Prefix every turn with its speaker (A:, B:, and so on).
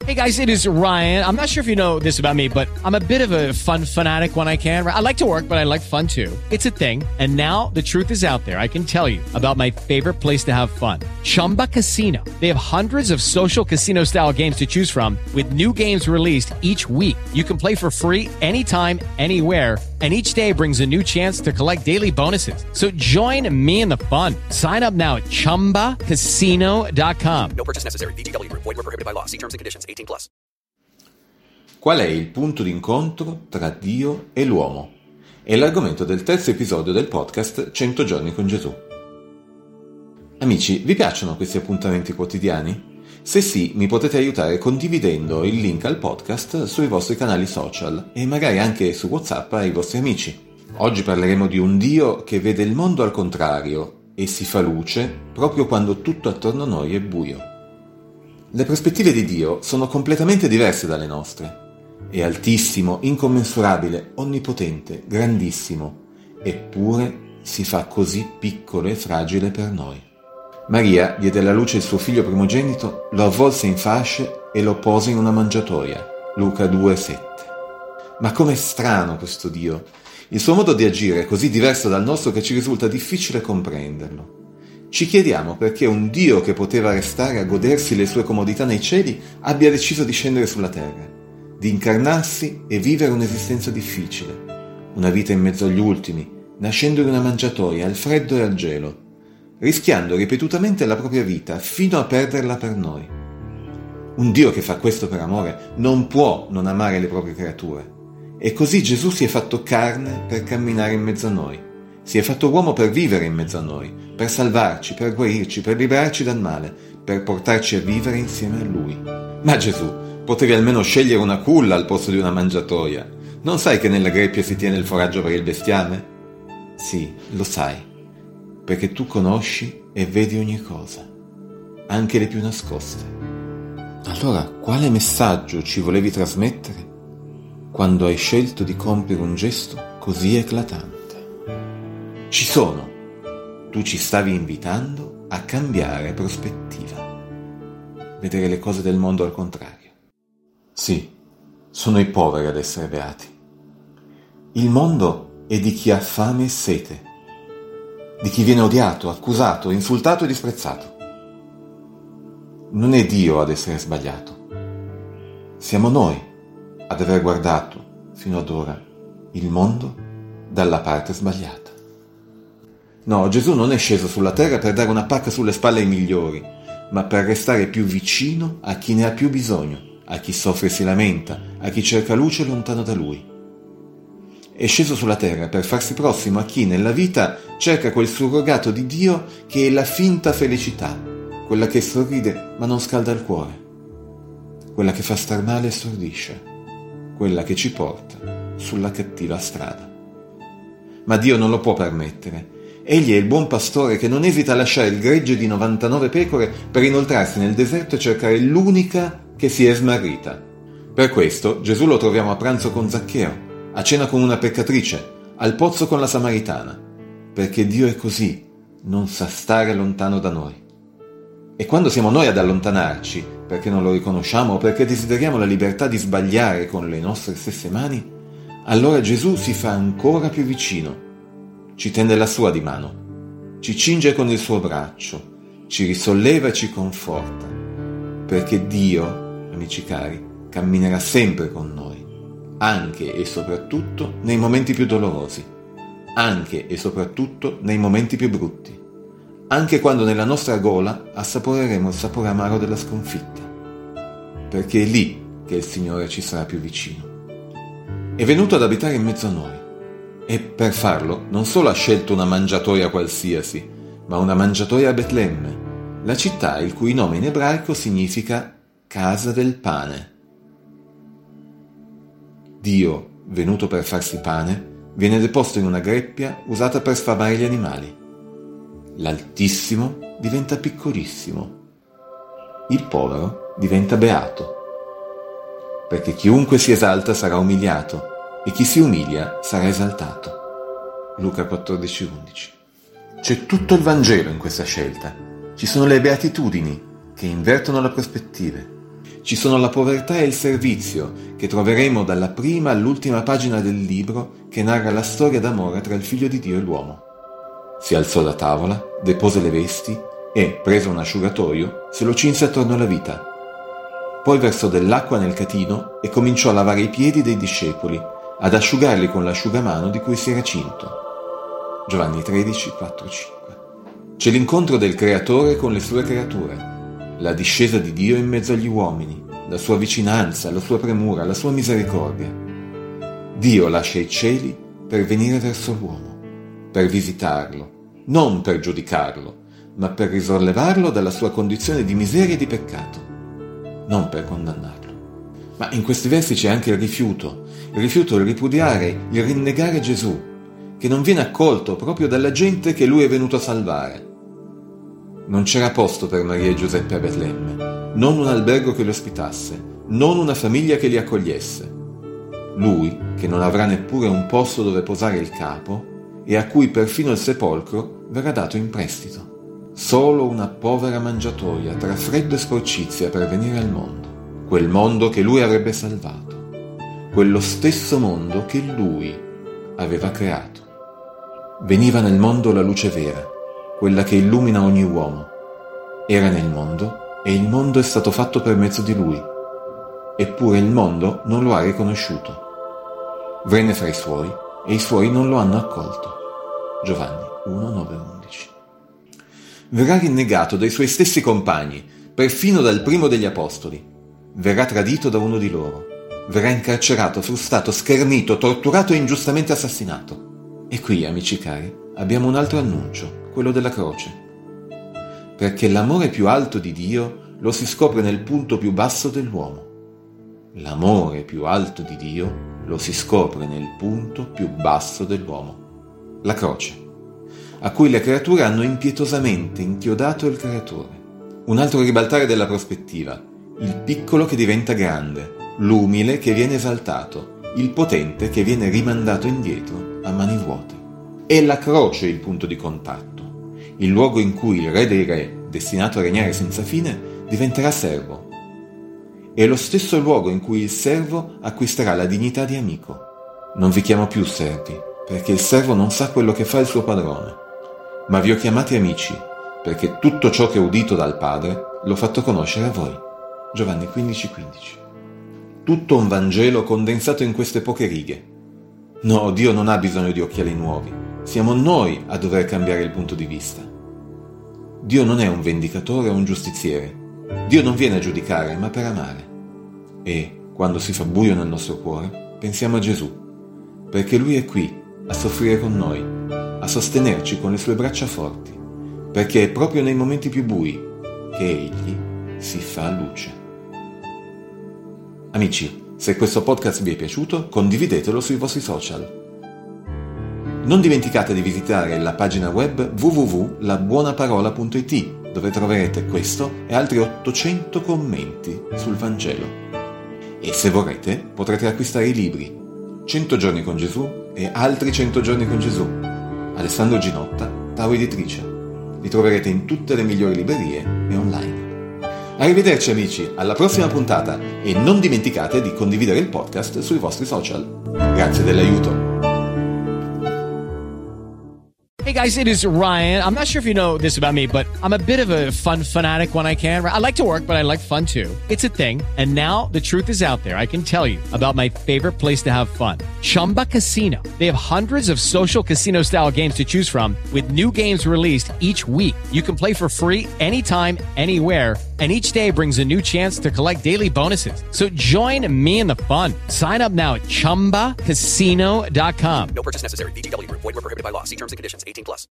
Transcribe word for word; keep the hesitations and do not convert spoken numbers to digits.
A: Hey guys, it is Ryan. I'm not sure if you know this about me, but I'm a bit of a fun fanatic when I can. I like to work, but I like fun too. It's a thing. And now the truth is out there. I can tell you about my favorite place to have fun. Chumba Casino. They have hundreds of social casino style games to choose from with new games released each week. You can play for free anytime, anywhere. And each day brings a new chance to collect daily bonuses. So join me in the fun. Sign up now at chumba casino dot com.
B: No purchase necessary. V G W Group. Void where prohibited by law. See terms and conditions. eighteen plus.
C: Qual è il punto d'incontro tra Dio e l'uomo? È l'argomento del terzo episodio del podcast cento giorni con Gesù. Amici, vi piacciono questi appuntamenti quotidiani? Se sì, mi potete aiutare condividendo il link al podcast sui vostri canali social e magari anche su WhatsApp ai vostri amici. Oggi parleremo di un Dio che vede il mondo al contrario e si fa luce proprio quando tutto attorno a noi è buio. Le prospettive di Dio sono completamente diverse dalle nostre. È altissimo, incommensurabile, onnipotente, grandissimo, eppure si fa così piccolo e fragile per noi. Maria diede alla luce il suo figlio primogenito, lo avvolse in fasce e lo pose in una mangiatoia. Luca due sette. Ma com'è strano questo Dio! Il suo modo di agire è così diverso dal nostro che ci risulta difficile comprenderlo. Ci chiediamo perché un Dio che poteva restare a godersi le sue comodità nei cieli abbia deciso di scendere sulla terra, di incarnarsi e vivere un'esistenza difficile, una vita in mezzo agli ultimi, nascendo in una mangiatoia al freddo e al gelo, rischiando ripetutamente la propria vita fino a perderla per noi. Un Dio che fa questo per amore non può non amare le proprie creature. E così Gesù si è fatto carne per camminare in mezzo a noi. Si è fatto uomo per vivere in mezzo a noi, per salvarci, per guarirci, per liberarci dal male, per portarci a vivere insieme a Lui. Ma Gesù, potevi almeno scegliere una culla al posto di una mangiatoia. Non sai che nella greppia si tiene il foraggio per il bestiame? Sì, lo sai. Perché tu conosci e vedi ogni cosa, anche le più nascoste. Allora, quale messaggio ci volevi trasmettere quando hai scelto di compiere un gesto così eclatante? Ci sono. Tu ci stavi invitando a cambiare prospettiva, vedere le cose del mondo al contrario. Sì, sono i poveri ad essere beati. Il mondo è di chi ha fame e sete, di chi viene odiato, accusato, insultato e disprezzato. Non è Dio ad essere sbagliato. Siamo noi ad aver guardato, fino ad ora, il mondo dalla parte sbagliata. No, Gesù non è sceso sulla terra per dare una pacca sulle spalle ai migliori, ma per restare più vicino a chi ne ha più bisogno, a chi soffre e si lamenta, a chi cerca luce lontano da Lui. È sceso sulla terra per farsi prossimo a chi nella vita cerca quel surrogato di Dio che è la finta felicità, quella che sorride ma non scalda il cuore, quella che fa star male e stordisce, quella che ci porta sulla cattiva strada. Ma Dio non lo può permettere. Egli è il buon pastore che non esita a lasciare il gregge di novantanove pecore per inoltrarsi nel deserto e cercare l'unica che si è smarrita. Per questo Gesù lo troviamo a pranzo con Zaccheo, a cena con una peccatrice, al pozzo con la Samaritana, perché Dio è così, non sa stare lontano da noi. E quando siamo noi ad allontanarci, perché non lo riconosciamo o perché desideriamo la libertà di sbagliare con le nostre stesse mani, allora Gesù si fa ancora più vicino, ci tende la sua di mano, ci cinge con il suo braccio, ci risolleva e ci conforta, perché Dio, amici cari, camminerà sempre con noi, anche e soprattutto nei momenti più dolorosi, anche e soprattutto nei momenti più brutti, anche quando nella nostra gola assaporeremo il sapore amaro della sconfitta, perché è lì che il Signore ci sarà più vicino. È venuto ad abitare in mezzo a noi e per farlo non solo ha scelto una mangiatoia qualsiasi, ma una mangiatoia a Betlemme, la città il cui nome in ebraico significa casa del pane. Dio, venuto per farsi pane, viene deposto in una greppia usata per sfamare gli animali. L'altissimo diventa piccolissimo. Il povero diventa beato. Perché chiunque si esalta sarà umiliato e chi si umilia sarà esaltato. Luca quattordici undici. C'è tutto il Vangelo in questa scelta. Ci sono le beatitudini che invertono le prospettive. ci sono la povertà e il servizio, che troveremo dalla prima all'ultima pagina del libro che narra la storia d'amore tra il Figlio di Dio e l'uomo. Si alzò da tavola, depose le vesti e, preso un asciugatoio, se lo cinse attorno alla vita. Poi versò dell'acqua nel catino e cominciò a lavare i piedi dei discepoli, ad asciugarli con l'asciugamano di cui si era cinto. Giovanni tredici, quattro cinque. C'è l'incontro del Creatore con le sue creature, la discesa di Dio in mezzo agli uomini, la sua vicinanza, la sua premura, la sua misericordia. Dio lascia i cieli per venire verso l'uomo, per visitarlo, non per giudicarlo, ma per risollevarlo dalla sua condizione di miseria e di peccato, non per condannarlo. Ma in questi versi c'è anche il rifiuto, il rifiuto, il ripudiare, il rinnegare Gesù, che non viene accolto proprio dalla gente che lui è venuto a salvare. Non c'era posto per Maria e Giuseppe a Betlemme, non un albergo che li ospitasse, non una famiglia che li accogliesse. Lui, che non avrà neppure un posto dove posare il capo e a cui perfino il sepolcro verrà dato in prestito. Solo una povera mangiatoia tra freddo e sporcizia per venire al mondo, quel mondo che lui avrebbe salvato, quello stesso mondo che lui aveva creato. Veniva nel mondo la luce vera, quella che illumina ogni uomo. Era nel mondo e il mondo è stato fatto per mezzo di lui. Eppure il mondo non lo ha riconosciuto. Venne fra i suoi e i suoi non lo hanno accolto. Giovanni uno, nove, undici. Verrà rinnegato dai suoi stessi compagni, perfino dal primo degli apostoli. Verrà tradito da uno di loro. Verrà incarcerato, frustato, schernito, torturato e ingiustamente assassinato. E qui, amici cari, abbiamo un altro annuncio, quello della croce. Perché l'amore più alto di Dio lo si scopre nel punto più basso dell'uomo. L'amore più alto di Dio lo si scopre nel punto più basso dell'uomo. La croce, a cui le creature hanno impietosamente inchiodato il Creatore. Un altro ribaltare della prospettiva, il piccolo che diventa grande, l'umile che viene esaltato, il potente che viene rimandato indietro a mani vuote. È la croce il punto di contatto, il luogo in cui il re dei re, destinato a regnare senza fine, diventerà servo. È lo stesso luogo in cui il servo acquisterà la dignità di amico. Non vi chiamo più servi, perché il servo non sa quello che fa il suo padrone, ma vi ho chiamati amici, perché tutto ciò che ho udito dal Padre l'ho fatto conoscere a voi. Giovanni quindici, quindici. Tutto un Vangelo condensato in queste poche righe. No, Dio non ha bisogno di occhiali nuovi. Siamo noi a dover cambiare il punto di vista. Dio non è un vendicatore o un giustiziere. Dio non viene a giudicare, ma per amare. E, quando si fa buio nel nostro cuore, pensiamo a Gesù, perché Lui è qui, a soffrire con noi, a sostenerci con le sue braccia forti, perché è proprio nei momenti più bui che Egli si fa luce. Amici, se questo podcast vi è piaciuto, condividetelo sui vostri social. Non dimenticate di visitare la pagina web w w w punto la buona parola punto i t, dove troverete questo e altri ottocento commenti sul Vangelo. E se vorrete, potrete acquistare i libri cento giorni con Gesù e Altri cento giorni con Gesù, Alessandro Ginotta, Tau Editrice. Li troverete in tutte le migliori librerie e online. Arrivederci amici, alla prossima puntata e non dimenticate di condividere il podcast sui vostri social. Grazie dell'aiuto.
A: Hey guys, it is Ryan. I'm not sure if you know this about me, but I'm a bit of a fun fanatic when I can. I like to work, but I like fun too. It's a thing. And now the truth is out there. I can tell you about my favorite place to have fun. Chumba Casino. They have hundreds of social casino style games to choose from with new games released each week. You can play for free anytime, anywhere. And each day brings a new chance to collect daily bonuses. So join me in the fun. Sign up now at chumba casino dot com.
B: No purchase necessary. V G W Group. Void where prohibited by law. See terms and conditions. eighteen plus.